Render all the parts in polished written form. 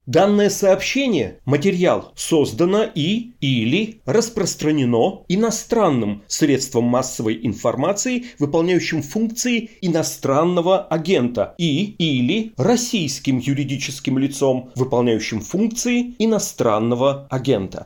Данное сообщение, материал, создано или распространено иностранным средством массовой информации, выполняющим функции иностранного агента, или российским юридическим лицом, выполняющим функции иностранного агента.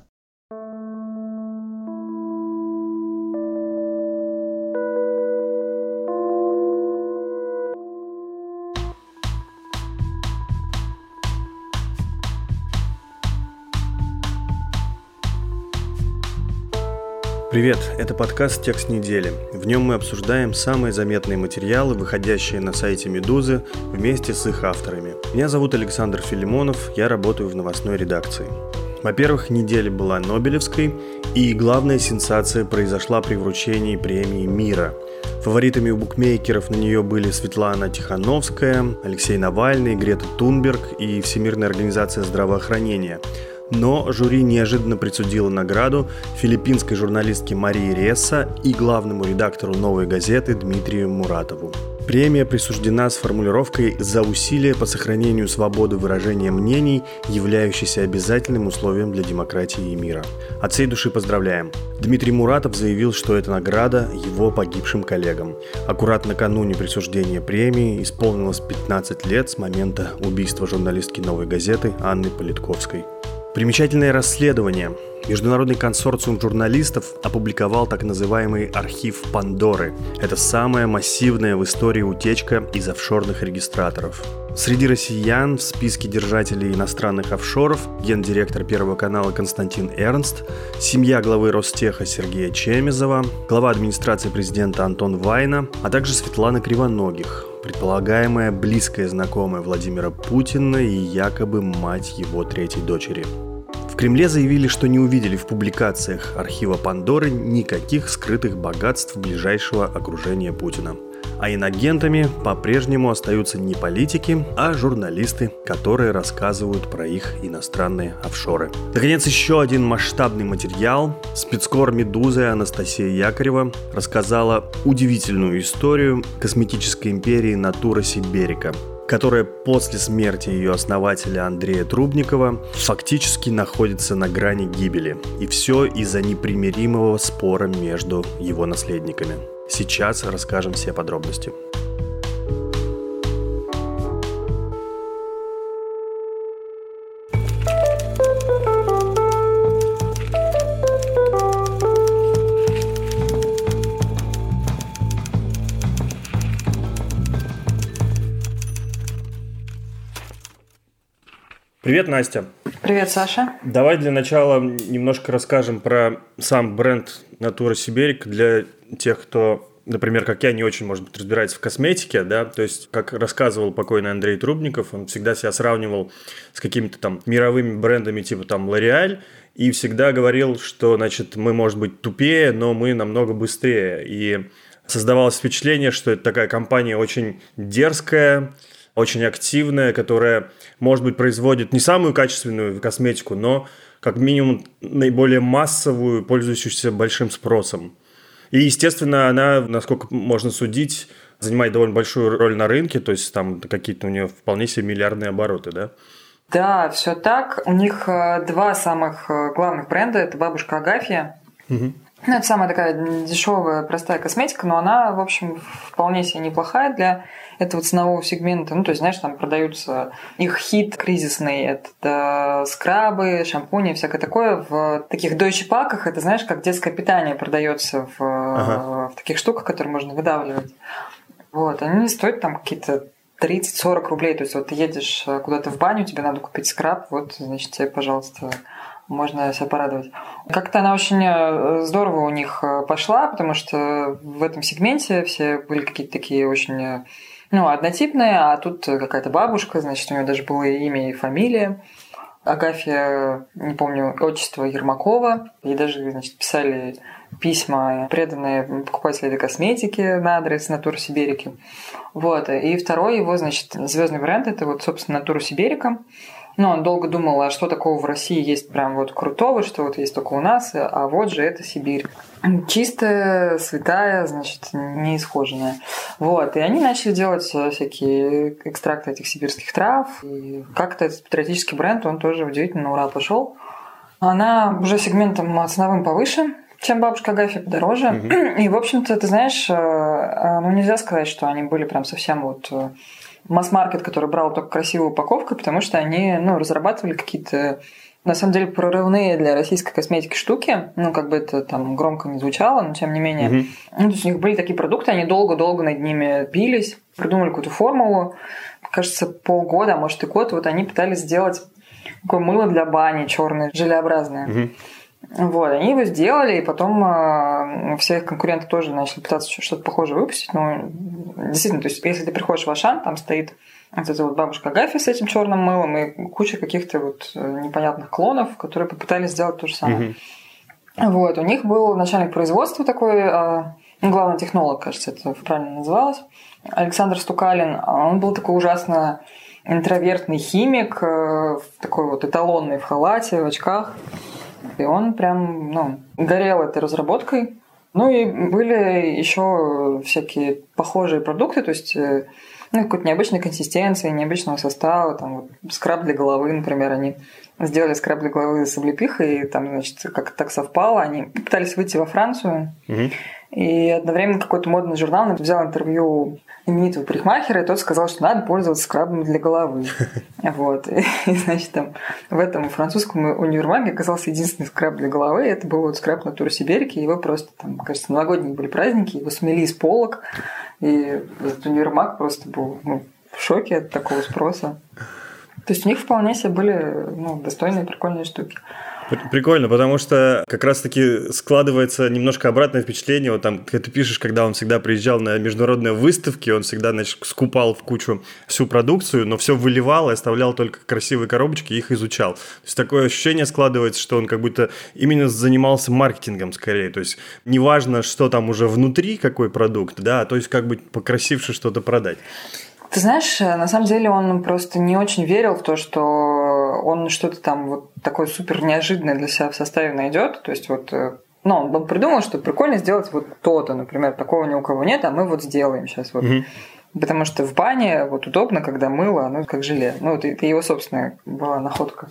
Привет, это подкаст «Текст недели». В нем мы обсуждаем самые заметные материалы, выходящие на сайте «Медузы», вместе с их авторами. Меня зовут Александр Филимонов, я работаю в новостной редакции. Во-первых, неделя была Нобелевской, и главная сенсация произошла при вручении премии мира. Фаворитами у букмекеров на нее были Светлана Тихановская, Алексей Навальный, Грета Тунберг и Всемирная организация здравоохранения. Но жюри неожиданно присудило награду филиппинской журналистке Марии Ресса и главному редактору «Новой газеты» Дмитрию Муратову. Премия присуждена с формулировкой «за усилия по сохранению свободы выражения мнений, являющейся обязательным условием для демократии и мира». От всей души поздравляем. Дмитрий Муратов заявил, что эта награда его погибшим коллегам. Аккурат накануне присуждения премии исполнилось 15 лет с момента убийства журналистки «Новой газеты» Анны Политковской. Примечательное расследование. Международный консорциум журналистов опубликовал так называемый архив Пандоры. Это самая массивная в истории утечка из офшорных регистраторов. Среди россиян в списке держателей иностранных офшоров гендиректор Первого канала Константин Эрнст, семья главы Ростеха Сергея Чемезова, глава администрации президента Антон Вайна, а также Светлана Кривоногих, предполагаемая близкая знакомая Владимира Путина и якобы мать его третьей дочери. В Кремле заявили, что не увидели в публикациях архива Пандоры никаких скрытых богатств ближайшего окружения Путина. А инагентами по-прежнему остаются не политики, а журналисты, которые рассказывают про их иностранные офшоры. Наконец, еще один масштабный материал. Спецкор «Медузы» Анастасия Якорева рассказала удивительную историю косметической империи Natura Siberica, которая после смерти ее основателя Андрея Трубникова фактически находится на грани гибели. И все из-за непримиримого спора между его наследниками. Сейчас расскажем все подробности. Привет, Настя. Привет, Саша. Давай для начала немножко расскажем про сам бренд Natura Siberica для тех, кто, например, как я, не очень, может быть, разбирается в косметике, да, то есть, как рассказывал покойный Андрей Трубников, он всегда себя сравнивал с какими-то там мировыми брендами типа там L'Oréal и всегда говорил, что, значит, мы, может быть, тупее, но мы намного быстрее, и создавалось впечатление, что это такая компания очень дерзкая, очень активная, которая, может быть, производит не самую качественную косметику, но как минимум наиболее массовую, пользующуюся большим спросом. И, естественно, она, насколько можно судить, занимает довольно большую роль на рынке, то есть там какие-то у нее вполне себе миллиардные обороты, да? Да, все так. У них два самых главных бренда – это «Бабушка Агафья». Угу. Ну, это самая такая дешевая, простая косметика, но она, в общем, вполне себе неплохая для этого ценового сегмента. Ну, то есть, знаешь, там продаются их хит кризисный, это скрабы, шампуни, всякое такое. В таких дойче-паках, это, знаешь, как детское питание продается в таких штуках, которые можно выдавливать. Вот, они стоят там какие-то 30-40 рублей. То есть, вот ты едешь куда-то в баню, тебе надо купить скраб, вот, значит, тебе, пожалуйста, можно себя порадовать. Как-то она очень здорово у них пошла, потому что в этом сегменте все были какие-то такие очень, однотипные, а тут какая-то бабушка, значит, у нее даже было имя и фамилия. Агафья, не помню, отчество Ермакова. Ей даже, значит, писали письма, преданные покупатели этой косметики на адрес Natura Siberica. Вот. И второй его, значит, звездный бренд – это вот, собственно, Natura Siberica. Ну, он долго думал, а что такого в России есть прям вот крутого, что вот есть только у нас, а вот же это Сибирь. Чистая, святая, значит, неисхоженная. Вот. И они начали делать всякие экстракты этих сибирских трав. И как-то этот патриотический бренд, он тоже удивительно на ура пошел. Она уже сегментом ценовым повыше, чем бабушка Агафья, подороже. И, в общем-то, ты знаешь, ну, нельзя сказать, что они были прям совсем вот масс-маркет, который брал только красивую упаковку, потому что они, ну, разрабатывали какие-то, на самом деле, прорывные для российской косметики штуки. Ну, как бы это там громко не звучало, но тем не менее. Ну, то есть у них были такие продукты, они долго-долго над ними бились, придумали какую-то формулу. Кажется, полгода, а может и год, вот они пытались сделать такое мыло для бани, черное, желеобразное. Вот, они его сделали, и потом все их конкуренты тоже начали пытаться что-то похожее выпустить. Но действительно, то есть, если ты приходишь в Ашан, там стоит вот эта вот бабушка Агафья с этим черным мылом и куча каких-то вот непонятных клонов, которые попытались сделать то же самое. Вот, у них был начальник производства такой, главный технолог, кажется, это правильно называлось, Александр Стукалин. Он был такой ужасно интровертный химик, такой вот эталонный в халате, в очках. И он прям, ну, горел этой разработкой. Ну и были еще всякие похожие продукты, то есть, ну, какой-то необычной консистенции, необычного состава. Там вот скраб для головы, например, они сделали скраб для головы с облепихой, и там, значит, как так совпало, они пытались выйти во Францию. И одновременно какой-то модный журнал взял интервью именитого парикмахера, и тот сказал, что надо пользоваться скрабом для головы. Вот. И, значит, там в этом французском универмаге оказался единственный скраб для головы. Это был вот скраб Натура Сибирики. Его просто, там, кажется, новогодние были праздники, его смели с полок. И этот универмаг просто был, ну, в шоке от такого спроса. То есть у них вполне себе были, ну, достойные, прикольные штуки. Прикольно, потому что как раз-таки складывается немножко обратное впечатление. Вот там, как ты пишешь, когда он всегда приезжал на международные выставки, он всегда, значит, скупал в кучу всю продукцию, но все выливал и оставлял только красивые коробочки и их изучал. То есть такое ощущение складывается, что он как будто именно занимался маркетингом скорее. То есть неважно, что там уже внутри, какой продукт, да, то есть как бы покрасивше что-то продать. Ты знаешь, на самом деле он просто не очень верил в то, что он что-то там вот такое супер неожиданное для себя в составе найдет. То есть вот, ну, он придумал, что прикольно сделать вот то-то, например, такого ни у кого нет, а мы вот сделаем сейчас вот. Потому что в бане вот удобно, когда мыло, оно как желе. Ну, это его собственная была находка.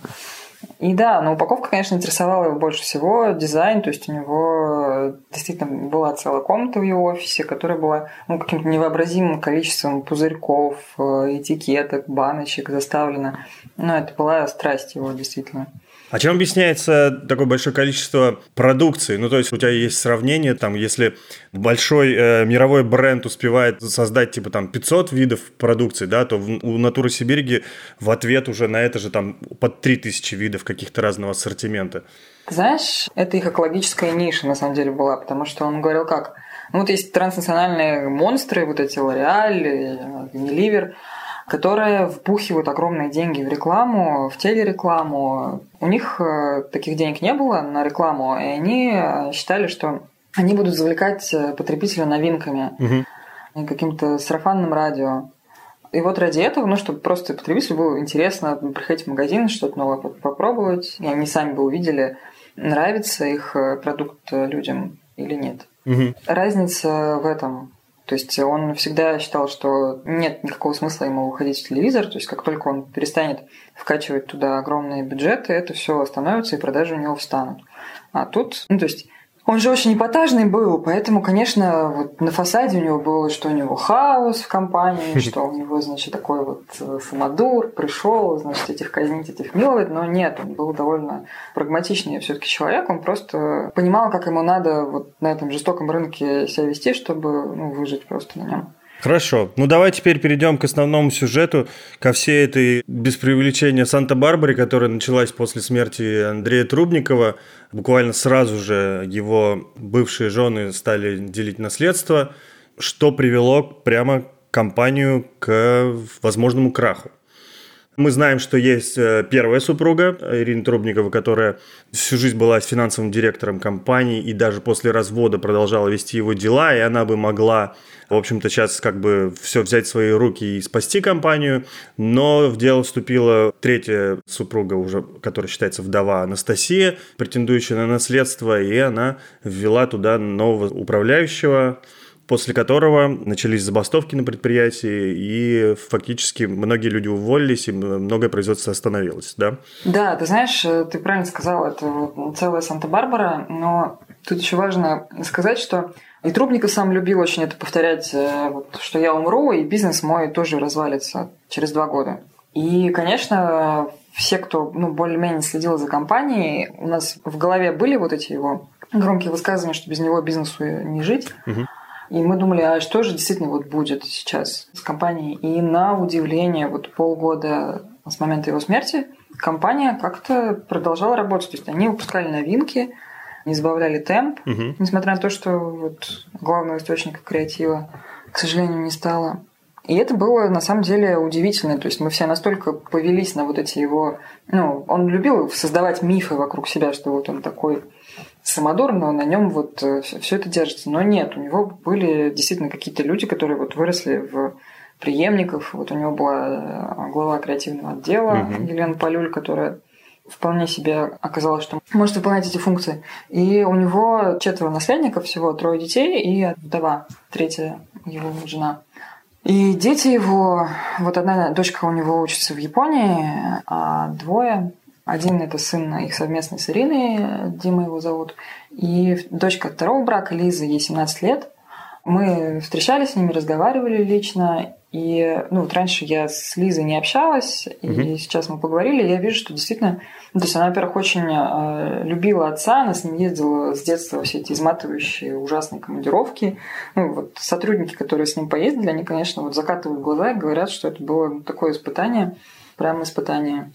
И да, но упаковка, конечно, интересовала его больше всего, дизайн, то есть у него действительно была целая комната в его офисе, которая была, ну, каким-то невообразимым количеством пузырьков, этикеток, баночек заставлена. Ну, это была страсть его, действительно. А чем объясняется такое большое количество продукции? Ну, то есть у тебя есть сравнение, там, если большой мировой бренд успевает создать, типа, там, 500 видов продукции, да, то у Натуры Сибириги в ответ уже на это же там под 3000 видов каких-то разного ассортимента. Знаешь, это их экологическая ниша, на самом деле, была, потому что он говорил как? Ну, вот есть транснациональные монстры, вот эти L'Oréal, Unilever, которые вбухивают огромные деньги в рекламу, в телерекламу. У них таких денег не было на рекламу, и они считали, что они будут завлекать потребителя новинками, каким-то сарафанным радио. И вот ради этого, ну, чтобы просто потребителю было интересно приходить в магазин, что-то новое попробовать, и они сами бы увидели, нравится их продукт людям или нет. Разница в этом. То есть он всегда считал, что нет никакого смысла ему уходить в телевизор. То есть как только он перестанет вкачивать туда огромные бюджеты, это все остановится и продажи у него встанут. А тут, ну, то есть он же очень эпатажный был, поэтому, конечно, вот на фасаде у него было, что у него хаос в компании, что у него, значит, такой вот самодур, пришел, значит, этих казнить, этих миловать, но нет, он был довольно прагматичный все-таки человек, он просто понимал, как ему надо вот на этом жестоком рынке себя вести, чтобы, ну, выжить просто на нем. Хорошо. Ну, давай теперь перейдем к основному сюжету, ко всей этой, без преувеличения, Санта-Барбаре, которая началась после смерти Андрея Трубникова. Буквально сразу же его бывшие жены стали делить наследство, что привело прямо компанию к возможному краху. Мы знаем, что есть первая супруга Ирина Трубникова, которая всю жизнь была финансовым директором компании и даже после развода продолжала вести его дела, и она бы могла, в общем-то, сейчас как бы все взять в свои руки и спасти компанию, но в дело вступила третья супруга уже, которая считается вдова, Анастасия, претендующая на наследство, и она ввела туда нового управляющего, после которого начались забастовки на предприятии, и фактически многие люди уволились, и многое производство остановилось, да? Да, ты знаешь, ты правильно сказал, это целая Санта-Барбара, но тут еще важно сказать, что и Трубников сам любил очень это повторять, что я умру, и бизнес мой тоже развалится через 2 года. И, конечно, все, кто более-менее следил за компанией, у нас в голове были вот эти его громкие высказывания, что без него бизнесу не жить. Угу. И мы думали, а что же действительно будет сейчас с компанией? И на удивление, полгода с момента его смерти компания как-то продолжала работать. То есть они выпускали новинки, не сбавляли темп, несмотря на то, что главного источника креатива, к сожалению, не стало. И это было на самом деле удивительно. То есть мы все настолько повелись на эти его... он любил создавать мифы вокруг себя, что он такой самодур, но на нем все это держится. Но нет, у него были действительно какие-то люди, которые выросли в преемников. У него была глава креативного отдела Елена Полюль, которая вполне себе оказалось, что может выполнять эти функции. И у него 4 наследников, всего 3 детей и вдова, 3-я его жена. И дети его, одна дочка у него учится в Японии, а 2, один это сын их совместный с Ириной, Дима его зовут, и дочка от 2-го брака, Лиза, ей 17 лет. Мы встречались с ними, разговаривали лично, и раньше я с Лизой не общалась, и сейчас мы поговорили, и я вижу, что действительно, то есть она, во-первых, очень любила отца, она с ним ездила с детства все эти изматывающие, ужасные командировки. Сотрудники, которые с ним поездили, они, конечно, закатывают глаза и говорят, что это было такое испытание, прям испытание.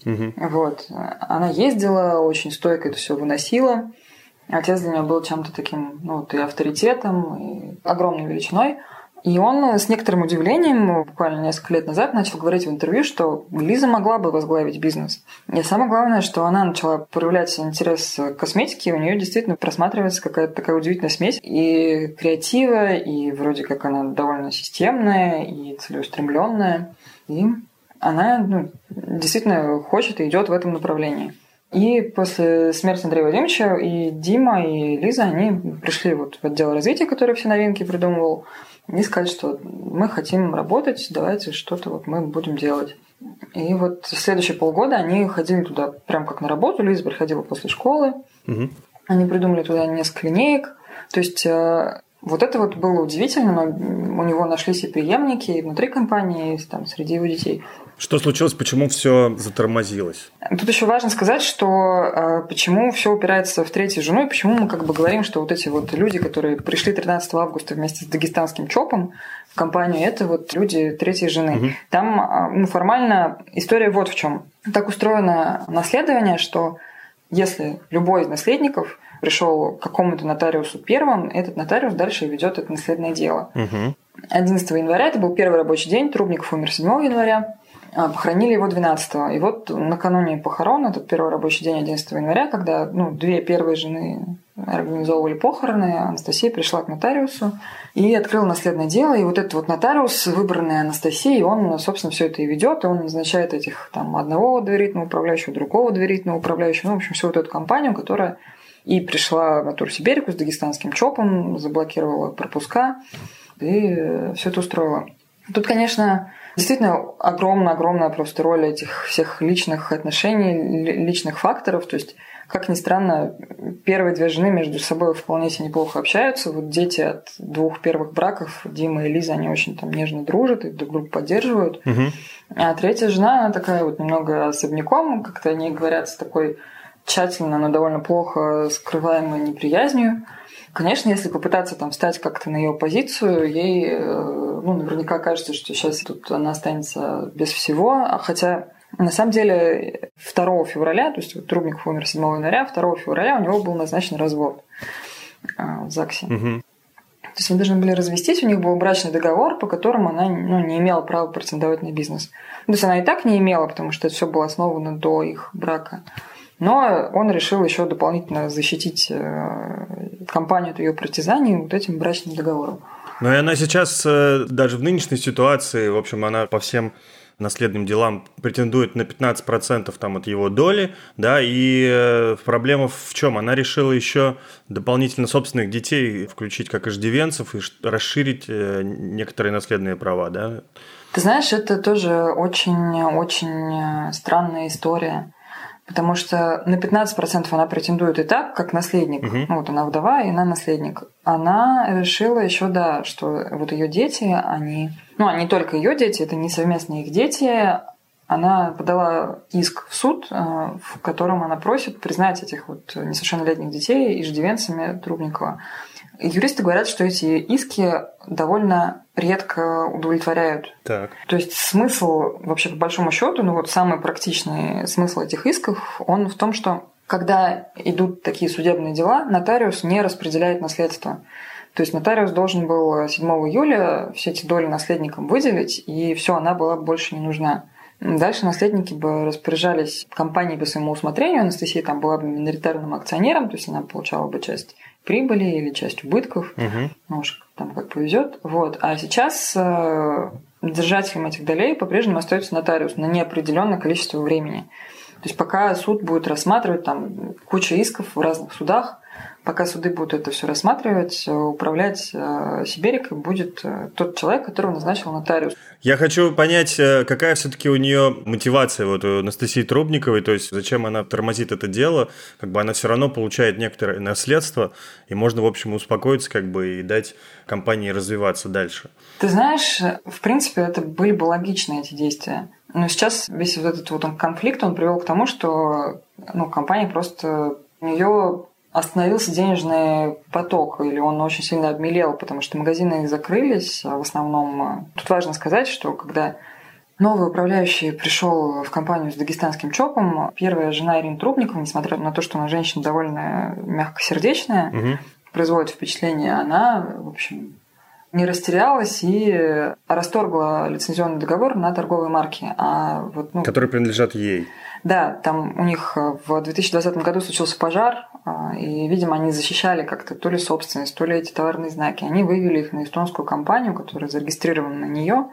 Она ездила, очень стойко это все выносила. Отец для нее был чем-то таким, и авторитетом, и огромной величиной. И он с некоторым удивлением буквально несколько лет назад начал говорить в интервью, что Лиза могла бы возглавить бизнес. И самое главное, что она начала проявлять интерес к косметике, и у нее действительно просматривается какая-то такая удивительная смесь и креатива, и вроде как она довольно системная и целеустремленная. И она действительно хочет и идет в этом направлении. И после смерти Андрея Владимировича и Дима, и Лиза, они пришли в отдел развития, который все новинки придумывал, и сказали, что мы хотим работать, давайте что-то мы будем делать. И следующие полгода они ходили туда прям как на работу, Лиза приходила после школы, они придумали туда несколько линеек, то есть это было удивительно, но у него нашлись и преемники и внутри компании, и среди его детей. Что случилось, почему все затормозилось? Тут еще важно сказать, что почему все упирается в 3-ю жену, и почему мы говорим, что эти люди, которые пришли 13 августа вместе с дагестанским ЧОПом в компанию, это люди 3-й жены. Там формально история в чем. Так устроено наследование, что если любой из наследников пришел к какому-то нотариусу первым, этот нотариус дальше ведет это наследное дело. 11 января, это был первый рабочий день, Трубников умер 7 января, похоронили его 12-го. И накануне похорон, этот первый рабочий день 11 января, когда 2 первые жены организовывали похороны, Анастасия пришла к нотариусу и открыла наследное дело. И этот нотариус, выбранный Анастасией, он, собственно, все это и ведет, и он назначает одного доверительного управляющего, другого доверительного управляющего, в общем, всю эту компанию, которая и пришла на Турсиберику с дагестанским ЧОПом, заблокировала пропуска и все это устроила. Тут, конечно, действительно огромная просто роль этих всех личных отношений, личных факторов. То есть, как ни странно, первые 2 жены между собой вполне себе неплохо общаются. Дети от 2 первых браков, Дима и Лиза, они очень нежно дружат и друг друга поддерживают. А 3-я жена, она такая немного особняком, как-то они говорят с такой тщательно, но довольно плохо скрываемой неприязнью. Конечно, если попытаться встать как-то на ее позицию, ей наверняка кажется, что сейчас тут она останется без всего. Хотя, на самом деле, 2 февраля, то есть Трубников умер 7 января, 2 февраля у него был назначен развод в ЗАГСе. То есть они должны были развестись, у них был брачный договор, по которому она не имела права претендовать на бизнес. То есть она и так не имела, потому что это все было основано до их брака. Но он решил еще дополнительно защитить компанию от ее притязаний вот этим брачным договором. Ну и она сейчас, даже в нынешней ситуации, в общем, она по всем наследным делам претендует на 15% там от его доли, да, и проблема в чем? Она решила еще дополнительно собственных детей включить как иждивенцев и расширить некоторые наследные права, да? Ты знаешь, это тоже очень-очень странная история. Потому что на 15% она претендует и так, как наследник. Ну, вот она вдова, и она наследник. Она решила еще, да, что вот ее дети, они не только ее дети, это не совместные их дети. Она подала иск в суд, в котором она просит признать этих вот несовершеннолетних детей иждивенцами Трубникова. И юристы говорят, что эти иски довольно редко удовлетворяют. Так. То есть смысл, вообще по большому счету, самый практичный смысл этих исков, он в том, что когда идут такие судебные дела, нотариус не распределяет наследство. То есть нотариус должен был 7 июля все эти доли наследникам выделить, и все, она была больше не нужна. Дальше наследники бы распоряжались компанией по своему усмотрению. Анастасия там была бы миноритарным акционером, то есть она получала бы часть прибыли или часть убытков. Уж там как повезет. Вот. А сейчас держателем этих долей по-прежнему остается нотариус на неопределенное количество времени. То есть пока суд будет рассматривать там куча исков в разных судах, пока суды будут это все рассматривать, управлять Сиберикой будет тот человек, которого назначил нотариус. Я хочу понять, какая все-таки у нее мотивация вот у Анастасии Трубниковой, то есть зачем она тормозит это дело, как бы она все равно получает некоторое наследство, и можно, в общем, успокоиться как бы и дать компании развиваться дальше. Ты знаешь, в принципе, это были бы логичны эти действия. Но сейчас весь вот этот вот конфликт, он привел к тому, что компания просто у нее остановился денежный поток, или он очень сильно обмелел, потому что магазины закрылись в основном. Тут важно сказать, что когда новый управляющий пришел в компанию с дагестанским ЧОПом, первая жена Ирина Трубникова, несмотря на то, что она женщина довольно мягкосердечная, производит впечатление, она, в общем, не растерялась и расторгла лицензионный договор на торговые марки. Которые принадлежат ей. Да, там у них в 2020 году случился пожар, и, видимо, они защищали как-то то ли собственность, то ли эти товарные знаки. Они вывели их на эстонскую компанию, которая зарегистрирована на нее,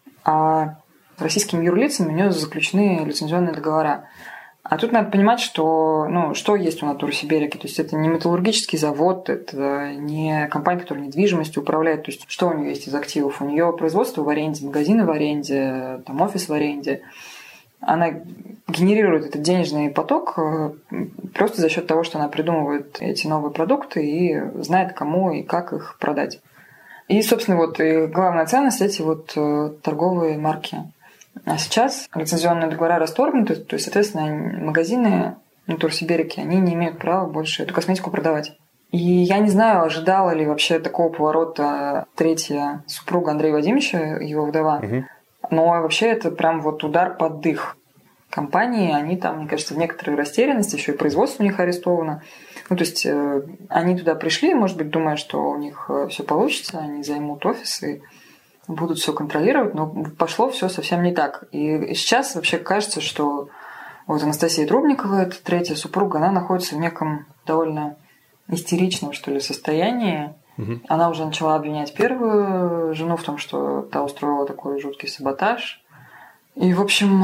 а российскими юрлицами у нее заключены лицензионные договора. А тут надо понимать, что, что есть у Натуры Сиберики. То есть это не металлургический завод, это не компания, которая недвижимостью управляет. То есть что у нее есть из активов? У нее производство в аренде, магазины в аренде, там офис в аренде. Она генерирует этот денежный поток просто за счет того, что она придумывает эти новые продукты и знает, кому и как их продать. И, собственно, и главная ценность – эти торговые марки. А сейчас лицензионные договора расторгнуты, то есть, соответственно, магазины Натуры Сиберики, они не имеют права больше эту косметику продавать. И я не знаю, ожидала ли вообще такого поворота третья супруга Андрея Вадимовича, его вдова. Но вообще это прям удар под дых компании. Они там, мне кажется, в некоторой растерянности, еще и производство у них арестовано. То есть они туда пришли, может быть, думая, что у них все получится, они займут офис и будут все контролировать, но пошло все совсем не так. И сейчас вообще кажется, что Анастасия Трубникова, эта третья супруга, она находится в неком довольно истеричном, что ли, состоянии. Она уже начала обвинять первую жену в том, что та устроила такой жуткий саботаж. И, в общем,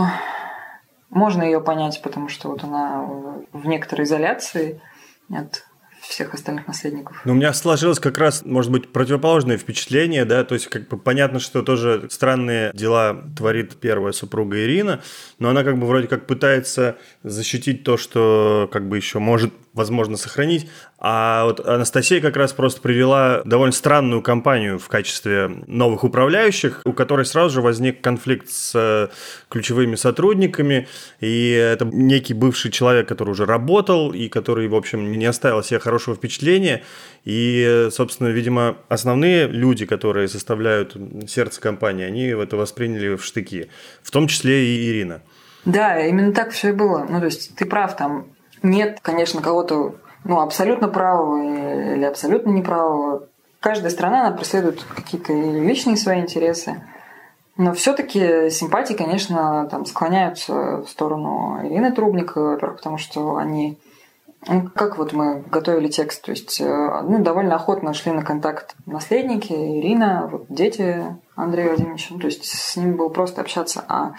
можно ее понять, потому что она в некоторой изоляции от всех остальных наследников. Но у меня сложилось как раз, может быть, противоположное впечатление, да, то есть понятно, что тоже странные дела творит первая супруга Ирина, но она вроде как пытается защитить то, что еще может, возможно, сохранить, а Анастасия как раз просто привела довольно странную компанию в качестве новых управляющих, у которой сразу же возник конфликт с ключевыми сотрудниками, и это некий бывший человек, который уже работал и который, в общем, не оставил себе хорошего впечатления, и, собственно, видимо, основные люди, которые составляют сердце компании, они это восприняли в штыки, в том числе и Ирина. Да, именно так все и было. То есть ты прав, там нет, конечно, кого-то абсолютно правого или абсолютно неправого. Каждая страна, она преследует какие-то личные свои интересы. Но все-таки симпатии, конечно, там склоняются в сторону Ирины Трубниковой, во-первых, потому что они... как вот мы готовили текст, то есть довольно охотно шли на контакт наследники, Ирина, вот дети Андрея Владимировича, то есть с ними было просто общаться. А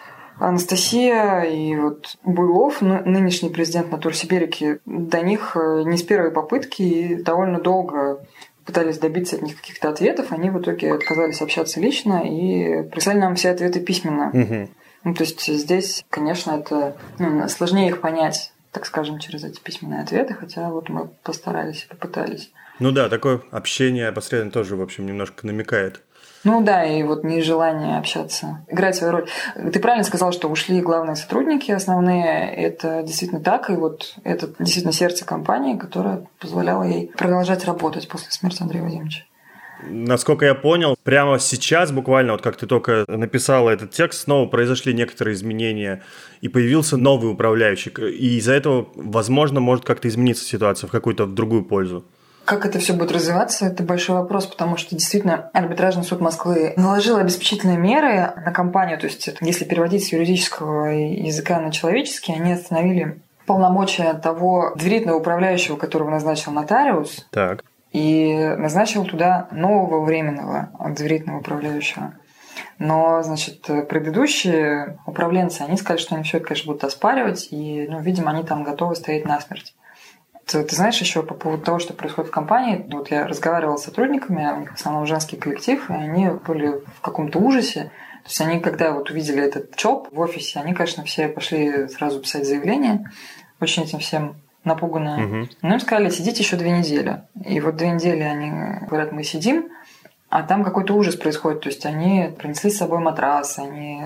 Анастасия и вот Буйлов, нынешний президент Натурсиберики, до них не с первой попытки и довольно долго пытались добиться от них каких-то ответов, они в итоге отказались общаться лично и прислали нам все ответы письменно. То есть здесь, конечно, это сложнее их понять, так скажем, через эти письменные ответы, хотя вот мы постарались и попытались. Ну да, такое общение посредственно тоже, в общем, немножко намекает. Ну да, и вот нежелание общаться играет свою роль. Ты правильно сказал, что ушли главные сотрудники основные. Это действительно так, и вот это действительно сердце компании, которое позволяло ей продолжать работать после смерти Андрея Владимировича. Насколько я понял, прямо сейчас, буквально, вот как ты только написала этот текст, снова произошли некоторые изменения, и появился новый управляющий. И из-за этого, возможно, может как-то измениться ситуация в какую-то в другую пользу. Как это все будет развиваться, это большой вопрос, потому что действительно арбитражный суд Москвы наложил обеспечительные меры на компанию, то есть если переводить с юридического языка на человеческий, они остановили полномочия того доверительного управляющего, которого назначил нотариус, так. и назначил туда нового временного доверительного управляющего. Но, значит, предыдущие управленцы, они сказали, что они все это, конечно, будут оспаривать, и, видимо, они там готовы стоять насмерть. Ты знаешь еще по поводу того, что происходит в компании? Вот я разговаривала с сотрудниками, у них в основном женский коллектив, и они были в каком-то ужасе. То есть они, когда вот увидели этот ЧОП в офисе, они, конечно, все пошли сразу писать заявление, очень этим всем напуганные. Но им сказали, сидите еще 2 недели. И вот 2 недели они говорят, мы сидим, а там какой-то ужас происходит. То есть они принесли с собой матрас, они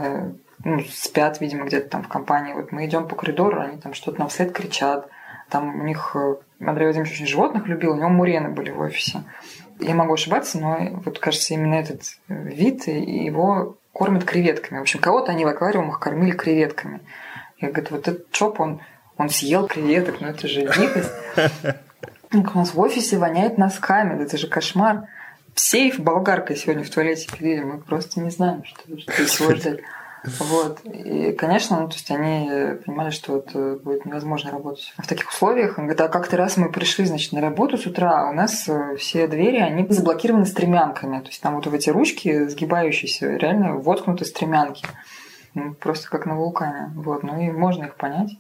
спят, видимо, где-то там в компании. Вот мы идем по коридору, они там что-то нам вслед кричат. Там у них Андрей Владимирович очень животных любил, у него мурены были в офисе. Я могу ошибаться, но вот, кажется, именно этот вид, и его кормят креветками. В общем, кого-то они в аквариумах кормили креветками. Я говорю, вот этот ЧОП, он съел креветок, это же дикость. У нас в офисе воняет носками, это же кошмар. Сейф болгаркой сегодня в туалете пилили, мы просто не знаем, что всего ждать. Вот. И, конечно, то есть они понимали, что это будет невозможно работать в таких условиях. Он говорит, а как-то раз мы пришли, значит, на работу с утра, а у нас все двери, они заблокированы стремянками. То есть там вот в эти ручки сгибающиеся реально воткнуты стремянки. Просто как на вулкане. Вот. И можно их понять.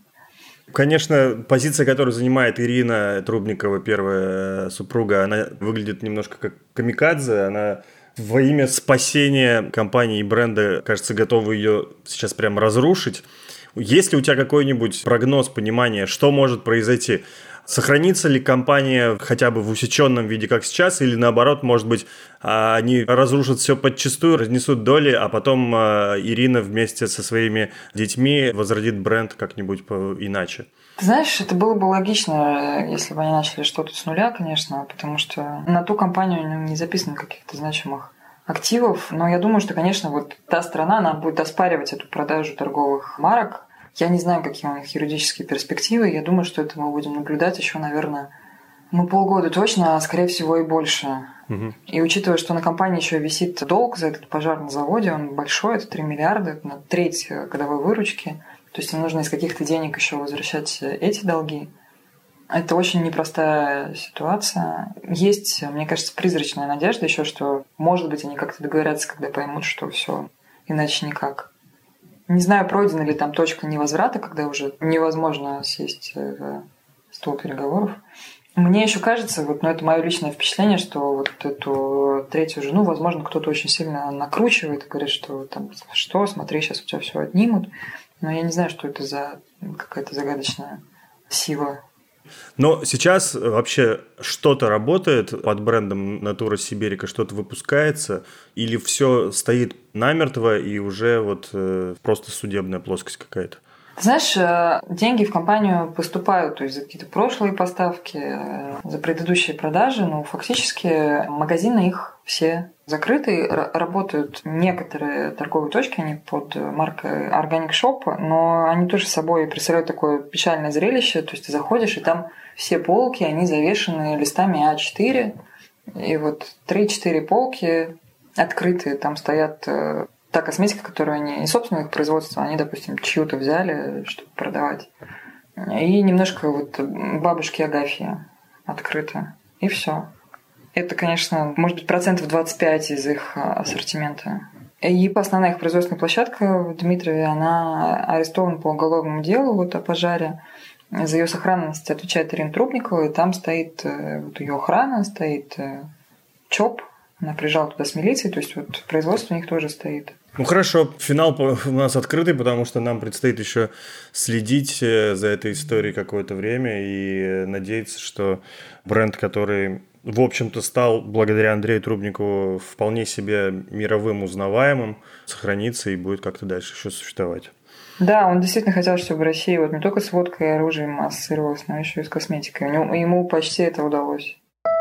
Конечно, позиция, которую занимает Ирина Трубникова, первая супруга, она выглядит немножко как камикадзе, она во имя спасения компании и бренда, кажется, готова ее сейчас прям разрушить. Есть ли у тебя какой-нибудь прогноз, понимание, что может произойти? Сохранится ли компания хотя бы в усеченном виде, как сейчас, или наоборот, может быть, они разрушат все подчистую, разнесут доли, а потом Ирина вместе со своими детьми возродит бренд как-нибудь иначе? Ты знаешь, это было бы логично, если бы они начали что-то с нуля, конечно, потому что на ту компанию не записано каких-то значимых активов. Но я думаю, что, конечно, вот та страна, она будет оспаривать эту продажу торговых марок. Я не знаю, какие у них юридические перспективы. Я думаю, что это мы будем наблюдать еще, наверное, полгода точно, а скорее всего и больше. И учитывая, что на компании еще висит долг за этот пожар на заводе, он большой, это 3 миллиарда, это на треть годовой выручки. То есть им нужно из каких-то денег еще возвращать эти долги. Это очень непростая ситуация. Есть, мне кажется, призрачная надежда еще, что, может быть, они как-то договорятся, когда поймут, что все иначе никак. Не знаю, пройдена ли там точка невозврата, когда уже невозможно сесть за стол переговоров. Мне еще кажется, это мое личное впечатление, что вот эту третью жену, возможно, кто-то очень сильно накручивает и говорит, что там, что, смотри, сейчас у тебя все отнимут. Но я не знаю, что это за какая-то загадочная сила. Но сейчас вообще что-то работает под брендом Natura Siberica, что-то выпускается, или все стоит намертво и уже просто судебная плоскость какая-то? Знаешь, деньги в компанию поступают, то есть за какие-то прошлые поставки, за предыдущие продажи, но фактически магазины их все закрыты, работают некоторые торговые точки, они под маркой Organic Shop, но они тоже с собой представляют такое печальное зрелище, то есть ты заходишь, и там все полки, они завешены листами А4, И вот 3-4 полки открытые, там стоят та косметика, которую они из собственного производства, они, допустим, чью-то взяли, чтобы продавать. И немножко вот бабушки Агафьи открыто. И все. Это, конечно, может быть, 25% из их ассортимента. И основная их производственная площадка в Дмитрове, она арестована по уголовному делу вот о пожаре. За ее сохранность отвечает Ирина Трубникова, и там стоит вот ее охрана, стоит ЧОП, она приезжала туда с милицией, то есть вот производство у них тоже стоит. Ну хорошо, финал у нас открытый, потому что нам предстоит еще следить за этой историей какое-то время и надеяться, что бренд, который, в общем-то, стал благодаря Андрею Трубникову вполне себе мировым узнаваемым, сохранится и будет как-то дальше еще существовать. Да, он действительно хотел, чтобы Россия вот не только с водкой и оружием ассоциировалась, но еще и с косметикой. Ему почти это удалось.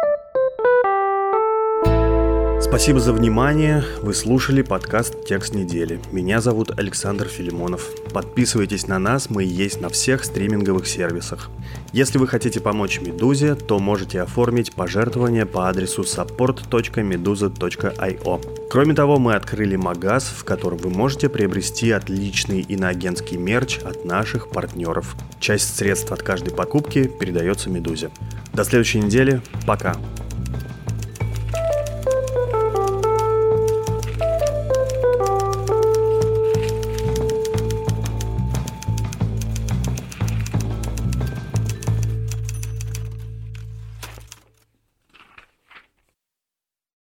Спасибо за внимание. Вы слушали подкаст «Текст недели». Меня зовут Александр Филимонов. Подписывайтесь на нас, мы есть на всех стриминговых сервисах. Если вы хотите помочь «Медузе», то можете оформить пожертвование по адресу support.meduza.io. Кроме того, мы открыли магаз, в котором вы можете приобрести отличный иноагентский мерч от наших партнеров. Часть средств от каждой покупки передается «Медузе». До следующей недели. Пока.